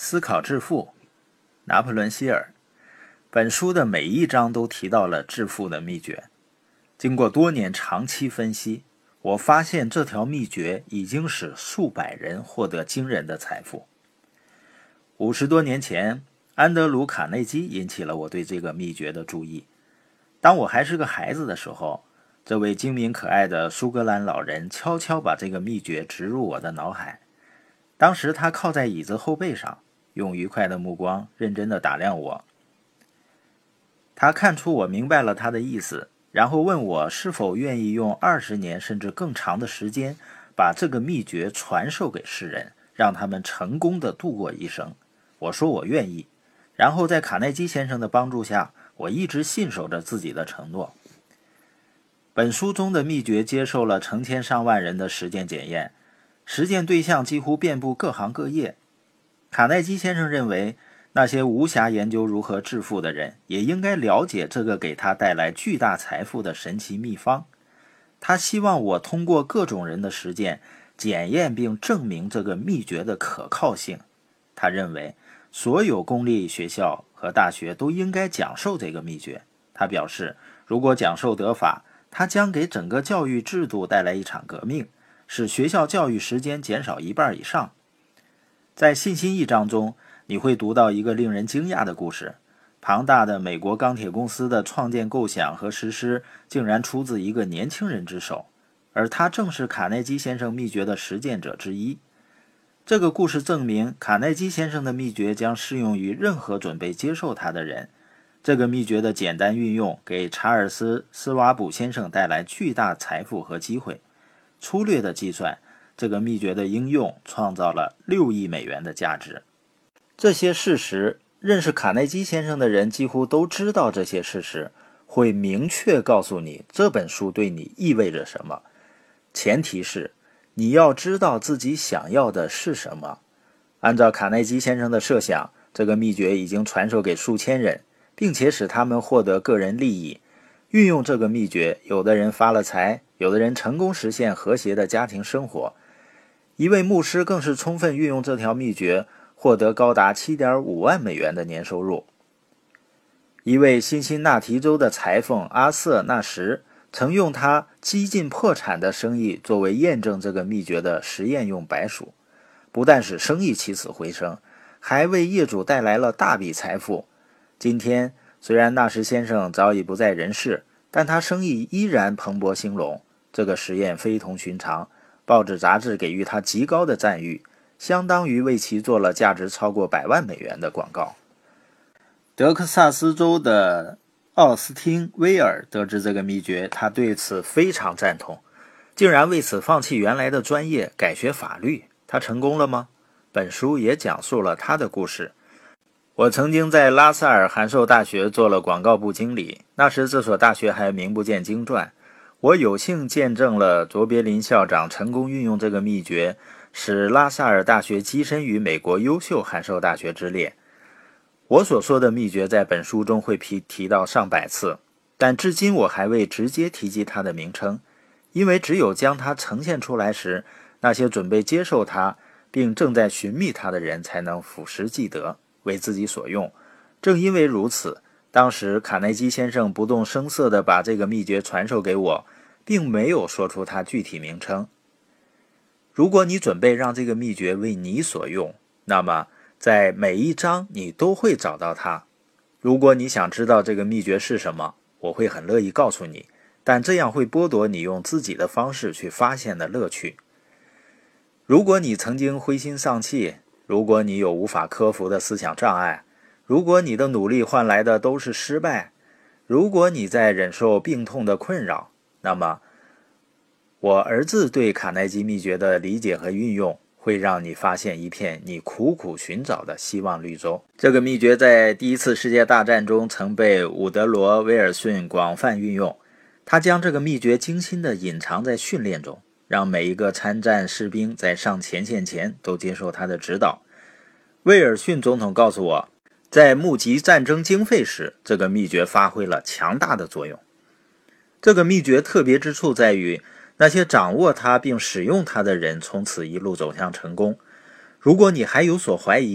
思考致富，拿破仑·希尔。本书的每一章都提到了致富的秘诀。经过多年长期分析，我发现这条秘诀已经使数百人获得惊人的财富。50多年前，安德鲁·卡内基引起了我对这个秘诀的注意。当我还是个孩子的时候，这位精明可爱的苏格兰老人悄悄把这个秘诀植入我的脑海。当时他靠在椅子后背上，用愉快的目光认真地打量我。他看出我明白了他的意思，然后问我是否愿意用20年甚至更长的时间把这个秘诀传授给世人，让他们成功地度过一生。我说我愿意。然后在卡耐基先生的帮助下，我一直信守着自己的承诺。本书中的秘诀接受了成千上万人的实践检验，实践对象几乎遍布各行各业。卡耐基先生认为，那些无暇研究如何致富的人，也应该了解这个给他带来巨大财富的神奇秘方。他希望我通过各种人的实践，检验并证明这个秘诀的可靠性。他认为，所有公立学校和大学都应该讲授这个秘诀。他表示，如果讲授得法，他将给整个教育制度带来一场革命，使学校教育时间减少1半以上。在信心一章中，你会读到一个令人惊讶的故事。庞大的美国钢铁公司的创建构想和实施竟然出自一个年轻人之手，而他正是卡耐基先生秘诀的实践者之一。这个故事证明，卡耐基先生的秘诀将适用于任何准备接受它的人。这个秘诀的简单运用给查尔斯·斯瓦卜先生带来巨大财富和机会。粗略的计算，这个秘诀的应用创造了6亿美元的价值。这些事实，认识卡耐基先生的人几乎都知道。这些事实会明确告诉你这本书对你意味着什么。前提是你要知道自己想要的是什么。按照卡耐基先生的设想，这个秘诀已经传授给数千人，并且使他们获得个人利益。运用这个秘诀，有的人发了财，有的人成功实现和谐的家庭生活。一位牧师更是充分运用这条秘诀，获得高达7.5万美元的年收入。一位辛辛那提州的裁缝阿瑟·纳什曾用他几近破产的生意作为验证这个秘诀的实验用白薯，不但使生意起死回生，还为业主带来了大笔财富。今天，虽然纳什先生早已不在人世，但他生意依然蓬勃兴隆。这个实验非同寻常，报纸杂志给予他极高的赞誉，相当于为其做了价值超过100万美元的广告。德克萨斯州的奥斯汀·威尔得知这个秘诀，他对此非常赞同，竟然为此放弃原来的专业，改学法律。他成功了吗？本书也讲述了他的故事。我曾经在拉萨尔函授大学做了广告部经理，那时这所大学还名不见经传。我有幸见证了卓别林校长成功运用这个秘诀，使拉萨尔大学跻身于美国优秀函授大学之列。我所说的秘诀在本书中会提到上百次，但至今我还未直接提及它的名称，因为只有将它呈现出来时，那些准备接受它并正在寻觅它的人才能俯拾即得，为自己所用。正因为如此，当时卡耐基先生不动声色地把这个秘诀传授给我，并没有说出它具体名称。如果你准备让这个秘诀为你所用，那么在每一章你都会找到它。如果你想知道这个秘诀是什么，我会很乐意告诉你，但这样会剥夺你用自己的方式去发现的乐趣。如果你曾经灰心丧气，如果你有无法克服的思想障碍，如果你的努力换来的都是失败，如果你在忍受病痛的困扰，那么我儿子对卡耐基秘诀的理解和运用会让你发现一片你苦苦寻找的希望绿洲。这个秘诀在第一次世界大战中曾被伍德罗·威尔逊广泛运用，他将这个秘诀精心地隐藏在训练中，让每一个参战士兵在上前线前都接受他的指导。威尔逊总统告诉我，在募集战争经费时，这个秘诀发挥了强大的作用。这个秘诀特别之处在于，那些掌握它并使用它的人从此一路走向成功。如果你还有所怀疑，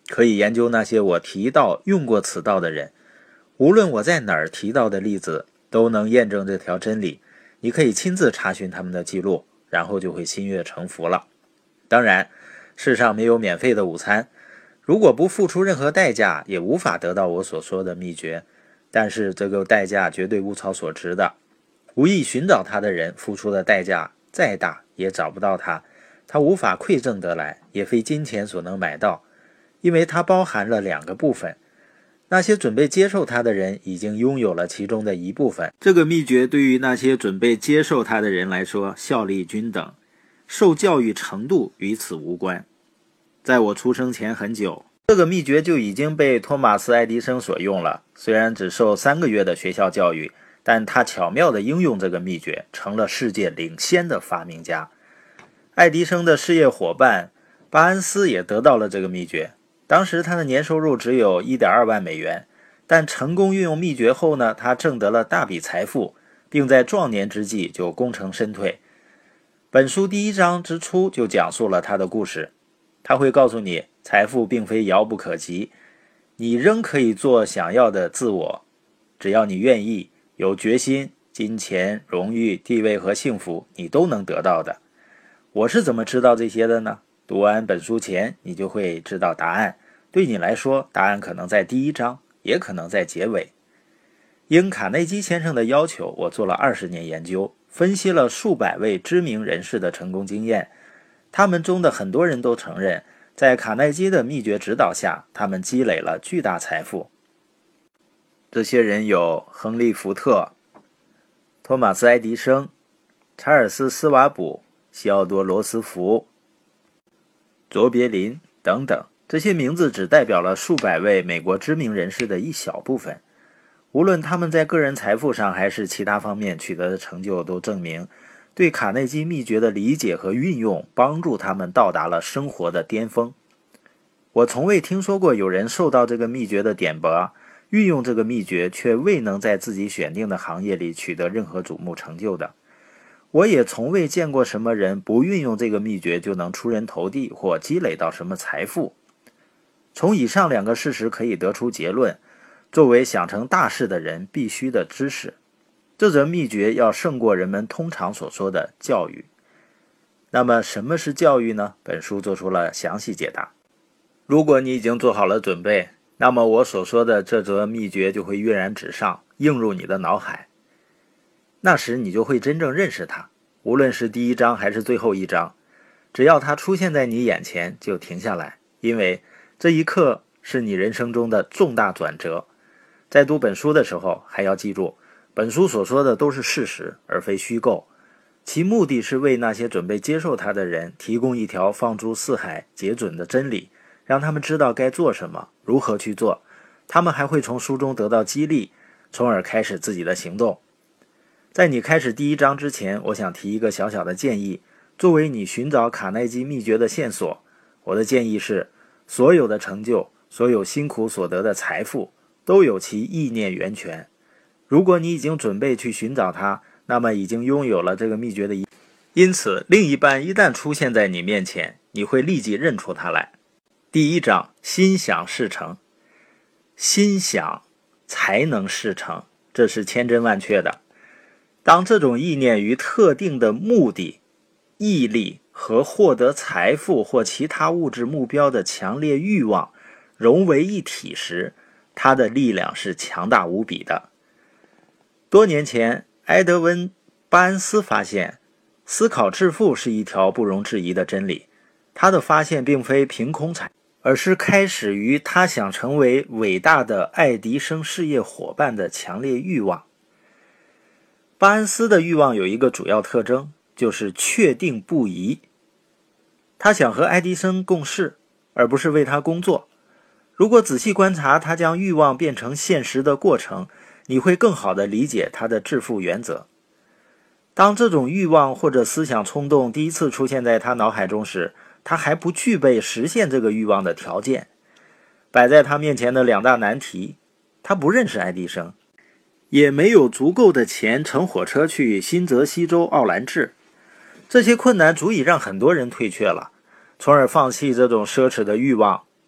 可以研究那些我提到用过此道的人，无论我在哪儿提到的例子，都能验证这条真理。你可以亲自查询他们的记录，然后就会心悦诚服了。当然，世上没有免费的午餐，如果不付出任何代价，也无法得到我所说的秘诀。但是这个代价绝对物超所值的。无意寻找它的人付出的代价再大，也找不到它。它无法馈赠得来，也非金钱所能买到，因为它包含了两个部分。那些准备接受它的人已经拥有了其中的一部分。这个秘诀对于那些准备接受它的人来说效力均等，受教育程度与此无关。在我出生前很久，这个秘诀就已经被托马斯·爱迪生所用了。虽然只受3个月的学校教育，但他巧妙地应用这个秘诀，成了世界领先的发明家。爱迪生的事业伙伴巴恩斯也得到了这个秘诀。当时他的年收入只有 1.2 万美元，但成功运用秘诀后呢，他挣得了大笔财富，并在壮年之际就功成身退。本书第1章之初就讲述了他的故事。他会告诉你，财富并非遥不可及，你仍可以做想要的自我，只要你愿意，有决心，金钱、荣誉、地位和幸福你都能得到的。我是怎么知道这些的呢？读完本书前，你就会知道答案。对你来说，答案可能在第1章，也可能在结尾。应卡内基先生的要求，我做了20年研究，分析了数百位知名人士的成功经验。他们中的很多人都承认，在卡耐基的秘诀指导下，他们积累了巨大财富。这些人有亨利·福特、托马斯·爱迪生、查尔斯·斯瓦卜、西奥多·罗斯福、卓别林等等。这些名字只代表了数百位美国知名人士的一小部分。无论他们在个人财富上还是其他方面取得的成就，都证明对卡内基秘诀的理解和运用帮助他们到达了生活的巅峰。我从未听说过有人受到这个秘诀的点拨，运用这个秘诀却未能在自己选定的行业里取得任何瞩目成就的。我也从未见过什么人不运用这个秘诀就能出人头地或积累到什么财富。从以上2个事实可以得出结论，作为想成大事的人必须的知识，这则秘诀要胜过人们通常所说的教育。那么什么是教育呢？本书做出了详细解答。如果你已经做好了准备，那么我所说的这则秘诀就会跃然纸上，映入你的脑海。那时你就会真正认识它，无论是第1章还是最后1章，只要它出现在你眼前就停下来，因为这一刻是你人生中的重大转折。在读本书的时候，还要记住，本书所说的都是事实，而非虚构。其目的是为那些准备接受它的人提供一条放诸四海皆准的真理，让他们知道该做什么，如何去做。他们还会从书中得到激励，从而开始自己的行动。在你开始第1章之前，我想提一个小小的建议，作为你寻找卡耐基秘诀的线索。我的建议是，所有的成就，所有辛苦所得的财富，都有其意念源泉。如果你已经准备去寻找它，那么已经拥有了这个秘诀的因此，另一半一旦出现在你面前，你会立即认出它来。第1章，心想事成。心想才能事成，这是千真万确的。当这种意念与特定的目的、毅力和获得财富或其他物质目标的强烈欲望融为一体时，它的力量是强大无比的。多年前，埃德温·巴恩斯发现，思考致富是一条不容置疑的真理。他的发现并非凭空产生，而是开始于他想成为伟大的爱迪生事业伙伴的强烈欲望。巴恩斯的欲望有一个主要特征，就是确定不疑。他想和爱迪生共事，而不是为他工作。如果仔细观察他将欲望变成现实的过程，你会更好地理解他的致富原则。当这种欲望或者思想冲动第一次出现在他脑海中时，他还不具备实现这个欲望的条件。摆在他面前的2大难题，他不认识爱迪生，也没有足够的钱乘火车去新泽西州奥兰治。这些困难足以让很多人退却了，从而放弃这种奢侈的欲望。但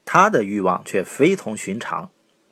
他的欲望却非同寻常。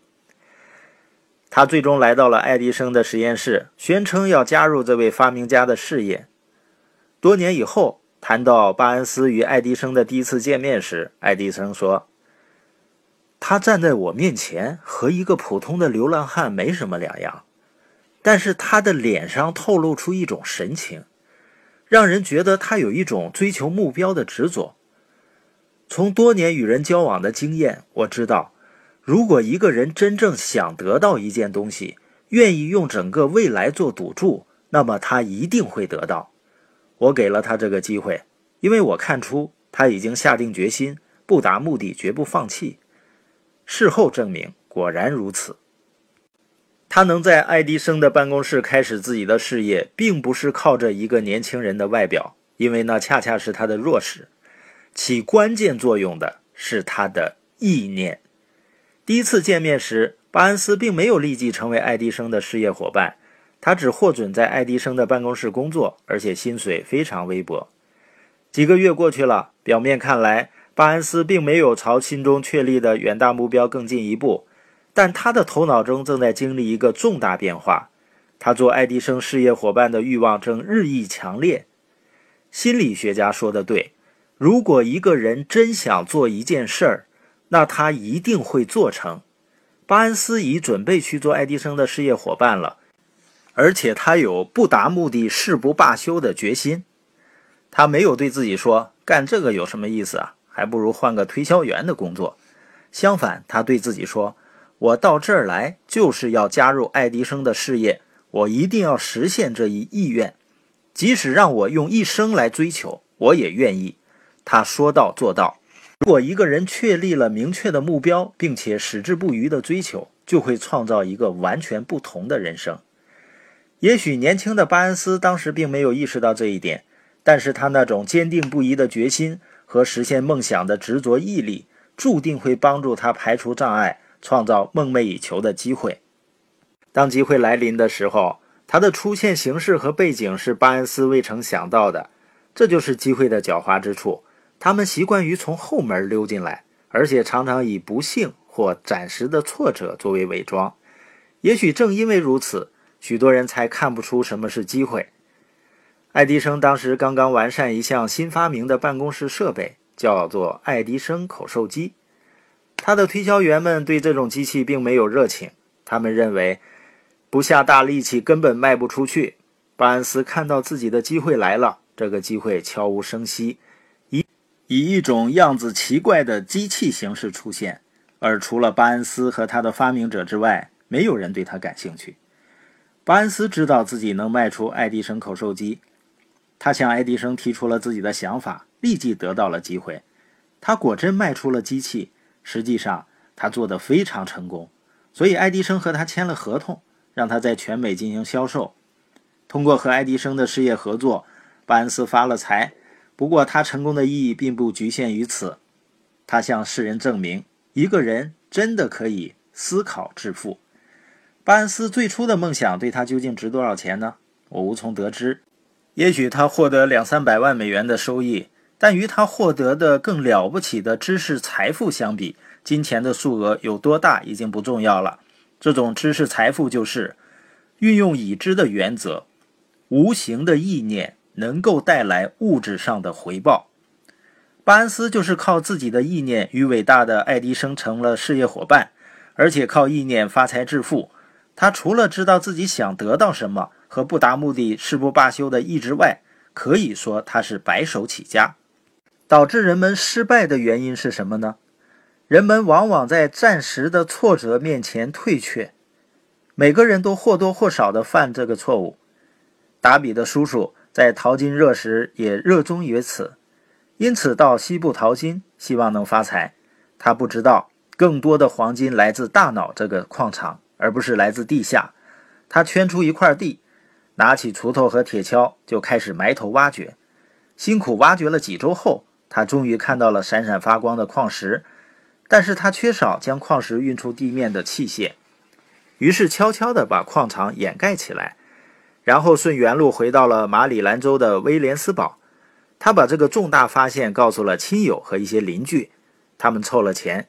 他最终来到了爱迪生的实验室，宣称要加入这位发明家的事业。多年以后，谈到巴恩斯与爱迪生的第一次见面时，爱迪生说，他站在我面前和一个普通的流浪汉没什么两样，但是他的脸上透露出一种神情，让人觉得他有一种追求目标的执着。从多年与人交往的经验，我知道，如果一个人真正想得到一件东西，愿意用整个未来做赌注，那么他一定会得到。我给了他这个机会，因为我看出他已经下定决心，不达目的绝不放弃。事后证明，果然如此。他能在爱迪生的办公室开始自己的事业，并不是靠着一个年轻人的外表，因为那恰恰是他的弱势。起关键作用的是他的意念。第一次见面时，巴恩斯并没有立即成为爱迪生的事业伙伴，他只获准在爱迪生的办公室工作，而且薪水非常微薄。几个月过去了，表面看来，巴恩斯并没有朝心中确立的远大目标更进一步，但他的头脑中正在经历一个重大变化。他做爱迪生事业伙伴的欲望正日益强烈。心理学家说得对，如果一个人真想做一件事儿，那他一定会做成。巴恩斯已准备去做爱迪生的事业伙伴了，而且他有不达目的誓不罢休的决心。他没有对自己说，干这个有什么意思啊，还不如换个推销员的工作。相反，他对自己说，我到这儿来就是要加入爱迪生的事业，我一定要实现这一意愿，即使让我用一生来追求，我也愿意。他说到做到。如果一个人确立了明确的目标，并且矢志不渝的追求，就会创造一个完全不同的人生。也许年轻的巴恩斯当时并没有意识到这一点，但是他那种坚定不移的决心和实现梦想的执着毅力，注定会帮助他排除障碍，创造梦寐以求的机会。当机会来临的时候，他的出现形式和背景是巴恩斯未曾想到的，这就是机会的狡猾之处。他们习惯于从后门溜进来，而且常常以不幸或暂时的挫折作为伪装。也许正因为如此，许多人才看不出什么是机会。爱迪生当时刚刚完善一项新发明的办公室设备，叫做爱迪生口授机。他的推销员们对这种机器并没有热情，他们认为不下大力气根本卖不出去。巴恩斯看到自己的机会来了，这个机会悄无声息，以一种样子奇怪的机器形式出现，而除了巴恩斯和他的发明者之外，没有人对他感兴趣。巴恩斯知道自己能卖出爱迪生口授机，他向爱迪生提出了自己的想法，立即得到了机会。他果真卖出了机器，实际上他做得非常成功，所以爱迪生和他签了合同，让他在全美进行销售。通过和爱迪生的事业合作，巴恩斯发了财。不过他成功的意义并不局限于此，他向世人证明，一个人真的可以思考致富。巴恩斯最初的梦想对他究竟值多少钱呢？我无从得知。也许他获得200-300万美元的收益，但与他获得的更了不起的知识财富相比，金钱的数额有多大已经不重要了。这种知识财富就是运用已知的原则，无形的意念能够带来物质上的回报。巴恩斯就是靠自己的意念与伟大的爱迪生成了事业伙伴，而且靠意念发财致富。他除了知道自己想得到什么和不达目的誓不罢休的意志外，可以说他是白手起家。导致人们失败的原因是什么呢？人们往往在暂时的挫折面前退却，每个人都或多或少地犯这个错误。达比的叔叔在淘金热时也热衷于此，因此到西部淘金，希望能发财。他不知道更多的黄金来自大脑这个矿场，而不是来自地下。他圈出一块地，拿起锄头和铁锹就开始埋头挖掘。辛苦挖掘了几周后，他终于看到了闪闪发光的矿石，但是他缺少将矿石运出地面的器械，于是悄悄地把矿场掩盖起来，然后顺原路回到了马里兰州的威廉斯堡。他把这个重大发现告诉了亲友和一些邻居，他们凑了钱，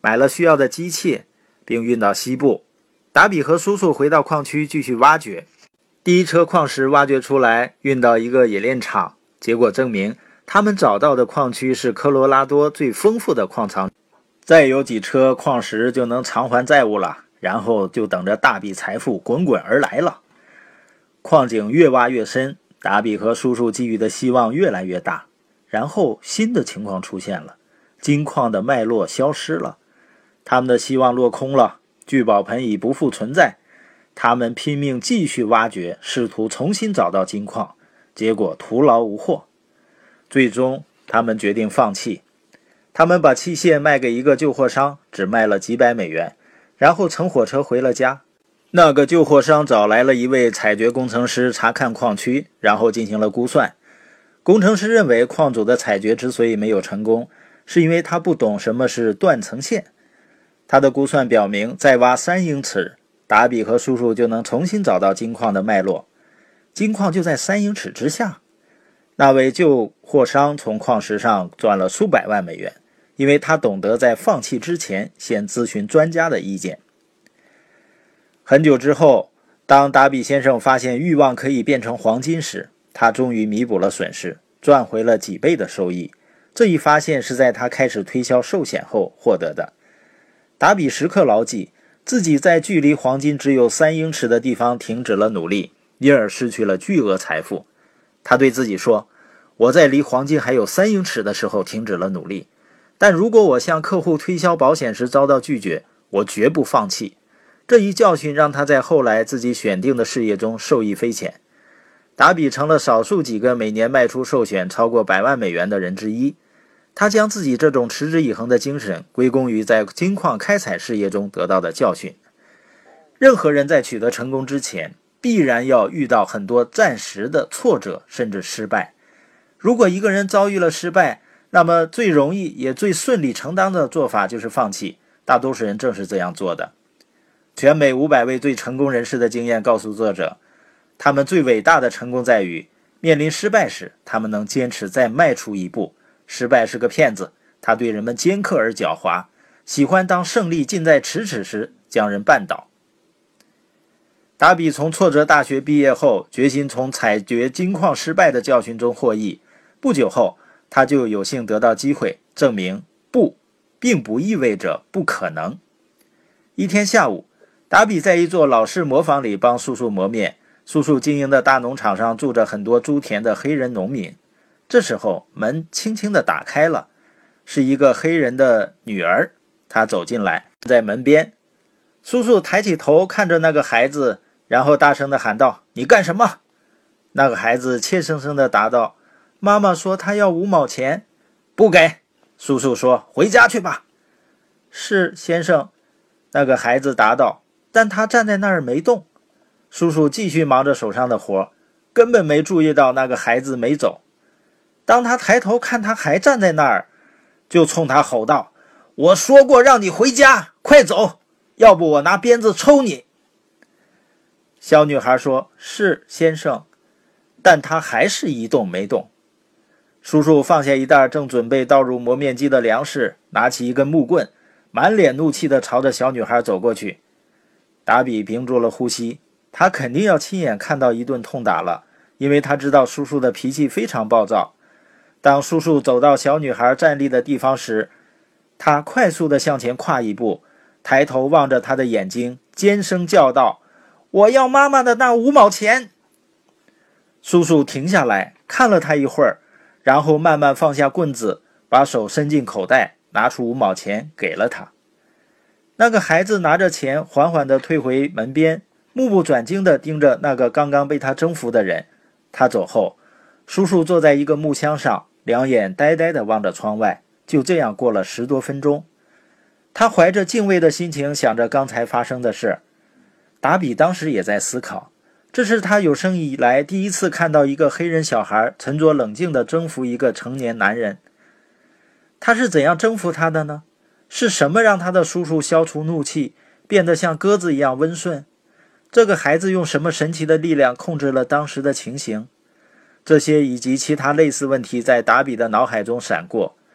买了需要的机器，并运到西部。达比和叔叔回到矿区继续挖掘。第一车矿石挖掘出来，运到一个冶炼厂，结果证明他们找到的矿区是科罗拉多最丰富的矿藏。再有几车矿石就能偿还债务了，然后就等着大笔财富滚滚而来了。矿井越挖越深，达比和叔叔寄予的希望越来越大。然后新的情况出现了，金矿的脉络消失了，他们的希望落空了，聚宝盆已不复存在。他们拼命继续挖掘，试图重新找到金矿，结果徒劳无获。最终他们决定放弃。他们把器械卖给一个旧货商，只卖了几百美元，然后乘火车回了家。那个旧货商找来了一位采掘工程师查看矿区，然后进行了估算。工程师认为矿主的采掘之所以没有成功，是因为他不懂什么是断层线。他的估算表明，再挖3英尺，达比和叔叔就能重新找到金矿的脉络。金矿就在3英尺之下。那位旧货商从矿石上赚了数百万美元，因为他懂得在放弃之前先咨询专家的意见。很久之后，当达比先生发现欲望可以变成黄金时，他终于弥补了损失，赚回了几倍的收益。这一发现是在他开始推销寿险后获得的。达比时刻牢记，自己在距离黄金只有3英尺的地方停止了努力，因而失去了巨额财富。他对自己说，我在离黄金还有3英尺的时候停止了努力，但如果我向客户推销保险时遭到拒绝，我绝不放弃。这一教训让他在后来自己选定的事业中受益匪浅。达比成了少数几个每年卖出寿险超过100万美元的人之一。他将自己这种持之以恒的精神归功于在金矿开采事业中得到的教训。任何人在取得成功之前，必然要遇到很多暂时的挫折甚至失败。如果一个人遭遇了失败，那么最容易也最顺理成章的做法就是放弃。大多数人正是这样做的。全美500位最成功人士的经验告诉作者，他们最伟大的成功在于面临失败时，他们能坚持再迈出一步。失败是个骗子，他对人们尖刻而狡猾，喜欢当胜利近在咫尺时将人绊倒。达比从挫折大学毕业后，决心从采掘金矿失败的教训中获益。不久后，他就有幸得到机会，证明不并不意味着不可能。一天下午，达比在一座老式磨坊里帮叔叔磨面。叔叔经营的大农场上住着很多猪田的黑人农民。这时候门轻轻地打开了，是一个黑人的女儿。她走进来，在门边。叔叔抬起头看着那个孩子，然后大声地喊道，你干什么？那个孩子怯生生地答道，妈妈说她要5毛钱。不给。叔叔说，回家去吧。是，先生。那个孩子答道，但他站在那儿没动。叔叔继续忙着手上的活，根本没注意到那个孩子没走。当他抬头看他还站在那儿，就冲他吼道，我说过让你回家，快走，要不我拿鞭子抽你。小女孩说，是，先生。但他还是一动没动。叔叔放下一袋正准备倒入磨面机的粮食，拿起一根木棍，满脸怒气地朝着小女孩走过去。达比屏住了呼吸，他肯定要亲眼看到一顿痛打了，因为他知道叔叔的脾气非常暴躁。当叔叔走到小女孩站立的地方时，他快速地向前跨一步，抬头望着她的眼睛，尖声叫道，我要妈妈的那5毛钱。叔叔停下来看了他一会儿，然后慢慢放下棍子，把手伸进口袋，拿出5毛钱给了他。那个孩子拿着钱缓缓地退回门边，目不转睛地盯着那个刚刚被他征服的人。他走后，叔叔坐在一个木箱上，两眼呆呆地望着窗外。就这样过了10多分钟，他怀着敬畏的心情想着刚才发生的事。达比当时也在思考，这是他有生以来第一次看到一个黑人小孩沉着冷静地征服一个成年男人。他是怎样征服他的呢？是什么让他的叔叔消除怒气，变得像鸽子一样温顺？这个孩子用什么神奇的力量控制了当时的情形？这些以及其他类似问题在达比的脑海中闪过。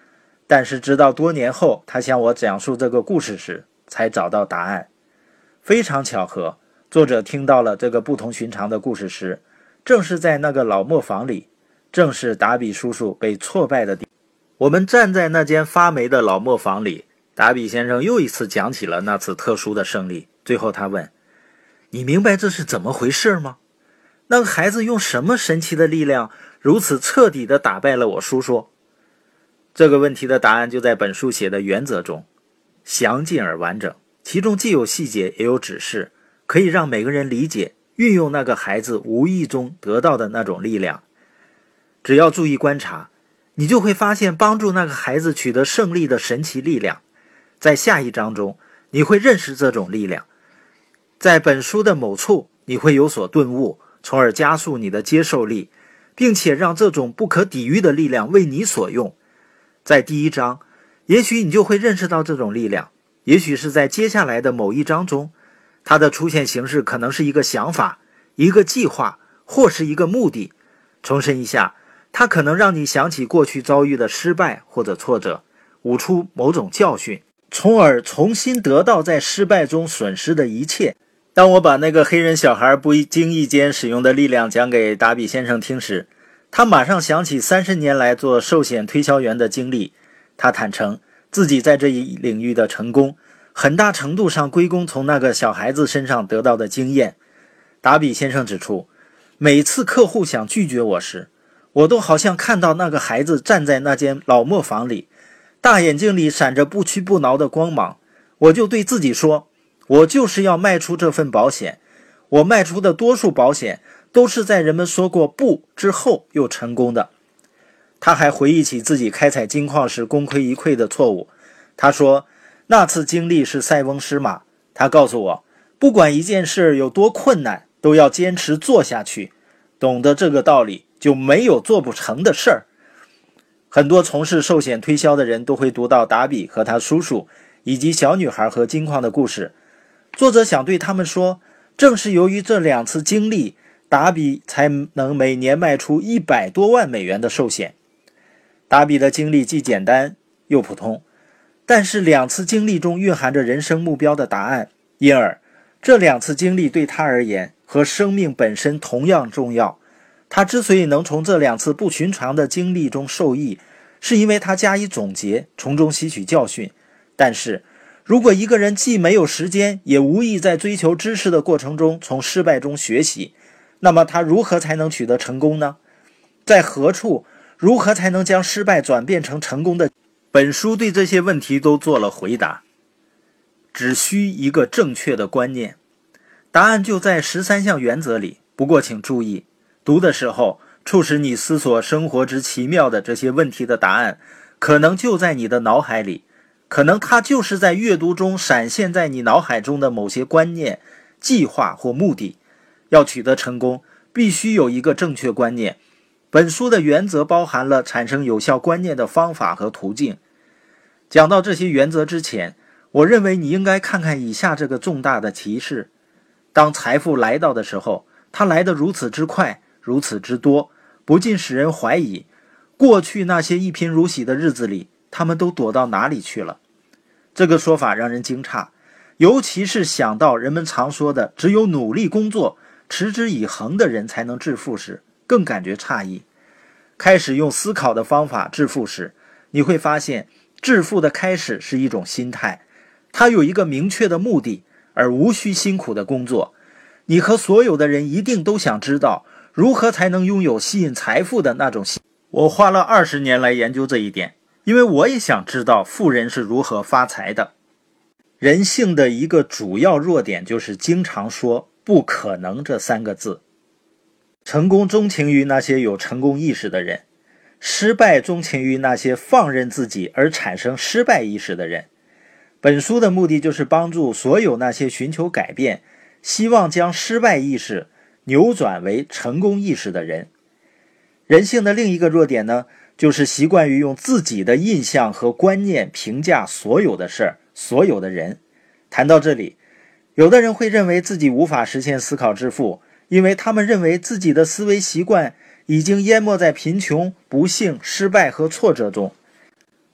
但是直到多年后，他向我讲述这个故事时，才找到答案。非常巧合，作者听到了这个不同寻常的故事时，正是在那个老磨坊里，正是达比叔叔被挫败的地方。我们站在那间发霉的老磨坊里，达比先生又一次讲起了那次特殊的胜利。最后他问：你明白这是怎么回事吗？那个孩子用什么神奇的力量如此彻底地打败了我叔叔？这个问题的答案就在本书写的原则中，详尽而完整，其中既有细节也有指示，可以让每个人理解运用那个孩子无意中得到的那种力量。只要注意观察，你就会发现帮助那个孩子取得胜利的神奇力量。在下一章中，你会认识这种力量。在本书的某处，你会有所顿悟，从而加速你的接受力，并且让这种不可抵御的力量为你所用。在第一章，也许你就会认识到这种力量，也许是在接下来的某一章中，它的出现形式可能是一个想法、一个计划，或是一个目的。重申一下，它可能让你想起过去遭遇的失败或者挫折，悟出某种教训，从而重新得到在失败中损失的一切。当我把那个黑人小孩不经意间使用的力量讲给达比先生听时，他马上想起30年来做寿险推销员的经历。他坦诚自己在这一领域的成功，很大程度上归功从那个小孩子身上得到的经验。达比先生指出，每次客户想拒绝我时，我都好像看到那个孩子站在那间老磨坊里，大眼睛里闪着不屈不挠的光芒。我就对自己说，我就是要卖出这份保险。我卖出的多数保险都是在人们说过不之后又成功的。他还回忆起自己开采金矿时功亏一篑的错误。他说，那次经历是塞翁失马。他告诉我，不管一件事有多困难，都要坚持做下去。懂得这个道理，就没有做不成的事儿。很多从事寿险推销的人都会读到达比和他叔叔以及小女孩和金矿的故事。作者想对他们说，正是由于这2次经历，达比才能每年卖出100多万美元的寿险。达比的经历既简单又普通，但是2次经历中蕴含着人生目标的答案，因而这2次经历对他而言和生命本身同样重要。他之所以能从这2次不寻常的经历中受益，是因为他加以总结，从中吸取教训。但是如果一个人既没有时间，也无意在追求知识的过程中从失败中学习，那么他如何才能取得成功呢？在何处，如何才能将失败转变成成功的？本书对这些问题都做了回答，只需一个正确的观念。答案就在13项原则里。不过请注意，读的时候促使你思索生活之奇妙的这些问题的答案，可能就在你的脑海里，可能它就是在阅读中闪现在你脑海中的某些观念、计划或目的。要取得成功，必须有一个正确观念。本书的原则包含了产生有效观念的方法和途径。讲到这些原则之前，我认为你应该看看以下这个重大的提示。当财富来到的时候，它来得如此之快，如此之多，不禁使人怀疑，过去那些一贫如洗的日子里，他们都躲到哪里去了？这个说法让人惊诧，尤其是想到人们常说的只有努力工作、持之以恒的人才能致富时，更感觉诧异。开始用思考的方法致富时，你会发现致富的开始是一种心态，它有一个明确的目的，而无需辛苦的工作。你和所有的人一定都想知道如何才能拥有吸引财富的那种心。我花了20年来研究这一点，因为我也想知道富人是如何发财的。人性的一个主要弱点就是经常说不可能这3个字。成功钟情于那些有成功意识的人，失败钟情于那些放任自己而产生失败意识的人。本书的目的就是帮助所有那些寻求改变，希望将失败意识扭转为成功意识的人。人性的另一个弱点呢，就是习惯于用自己的印象和观念评价所有的事儿、所有的人。谈到这里，有的人会认为自己无法实现思考致富，因为他们认为自己的思维习惯已经淹没在贫穷、不幸、失败和挫折中。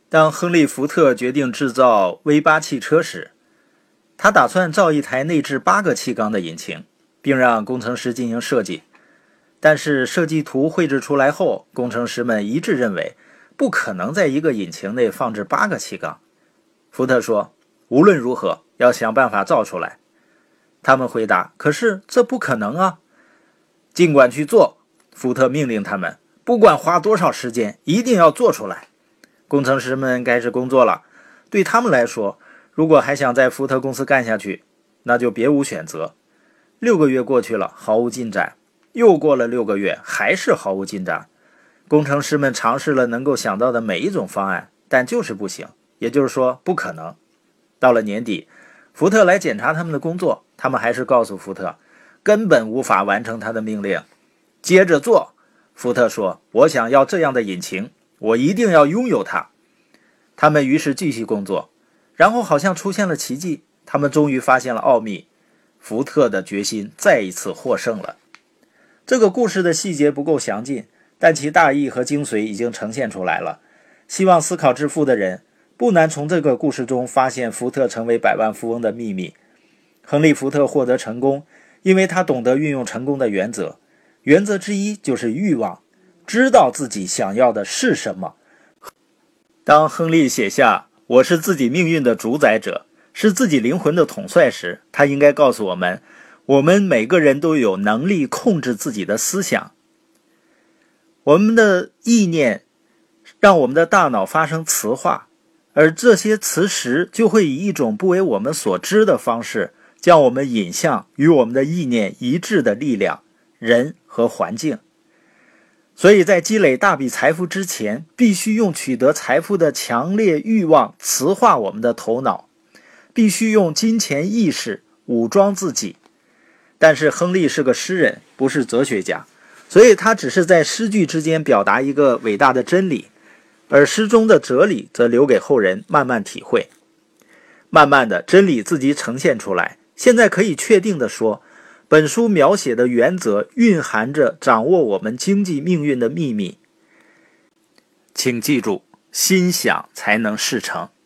当亨利·福特决定制造 V8 汽车时，他打算造一台内置8个气缸的引擎，并让工程师进行设计。但是设计图绘制出来后，工程师们一致认为不可能在一个引擎内放置8个气缸。福特说，无论如何要想办法造出来。他们回答，可是这不可能啊。尽管去做，福特命令他们，不管花多少时间，一定要做出来。工程师们开始工作了。对他们来说，如果还想在福特公司干下去，那就别无选择。6个月过去了，毫无进展。又过了6个月，还是毫无进展。工程师们尝试了能够想到的每一种方案，但就是不行，也就是说不可能。到了年底，福特来检查他们的工作，他们还是告诉福特，根本无法完成他的命令。接着做，福特说，我想要这样的引擎，我一定要拥有它。他们于是继续工作，然后好像出现了奇迹，他们终于发现了奥秘。福特的决心再一次获胜了。这个故事的细节不够详尽，但其大意和精髓已经呈现出来了。希望思考致富的人不难从这个故事中发现福特成为百万富翁的秘密。亨利·福特获得成功，因为他懂得运用成功的原则。原则之一就是欲望，知道自己想要的是什么。当亨利写下“我是自己命运的主宰者，是自己灵魂的统帅”时，他应该告诉我们，我们每个人都有能力控制自己的思想。我们的意念让我们的大脑发生词化，而这些磁石就会以一种不为我们所知的方式，将我们引向与我们的意念一致的力量、人和环境。所以在积累大笔财富之前，必须用取得财富的强烈欲望磁化我们的头脑，必须用金钱意识武装自己。但是亨利是个诗人，不是哲学家，所以他只是在诗句之间表达一个伟大的真理，而诗中的哲理则留给后人慢慢体会。慢慢的，真理自己呈现出来。现在可以确定地说，本书描写的原则蕴含着掌握我们经济命运的秘密。请记住，心想才能事成。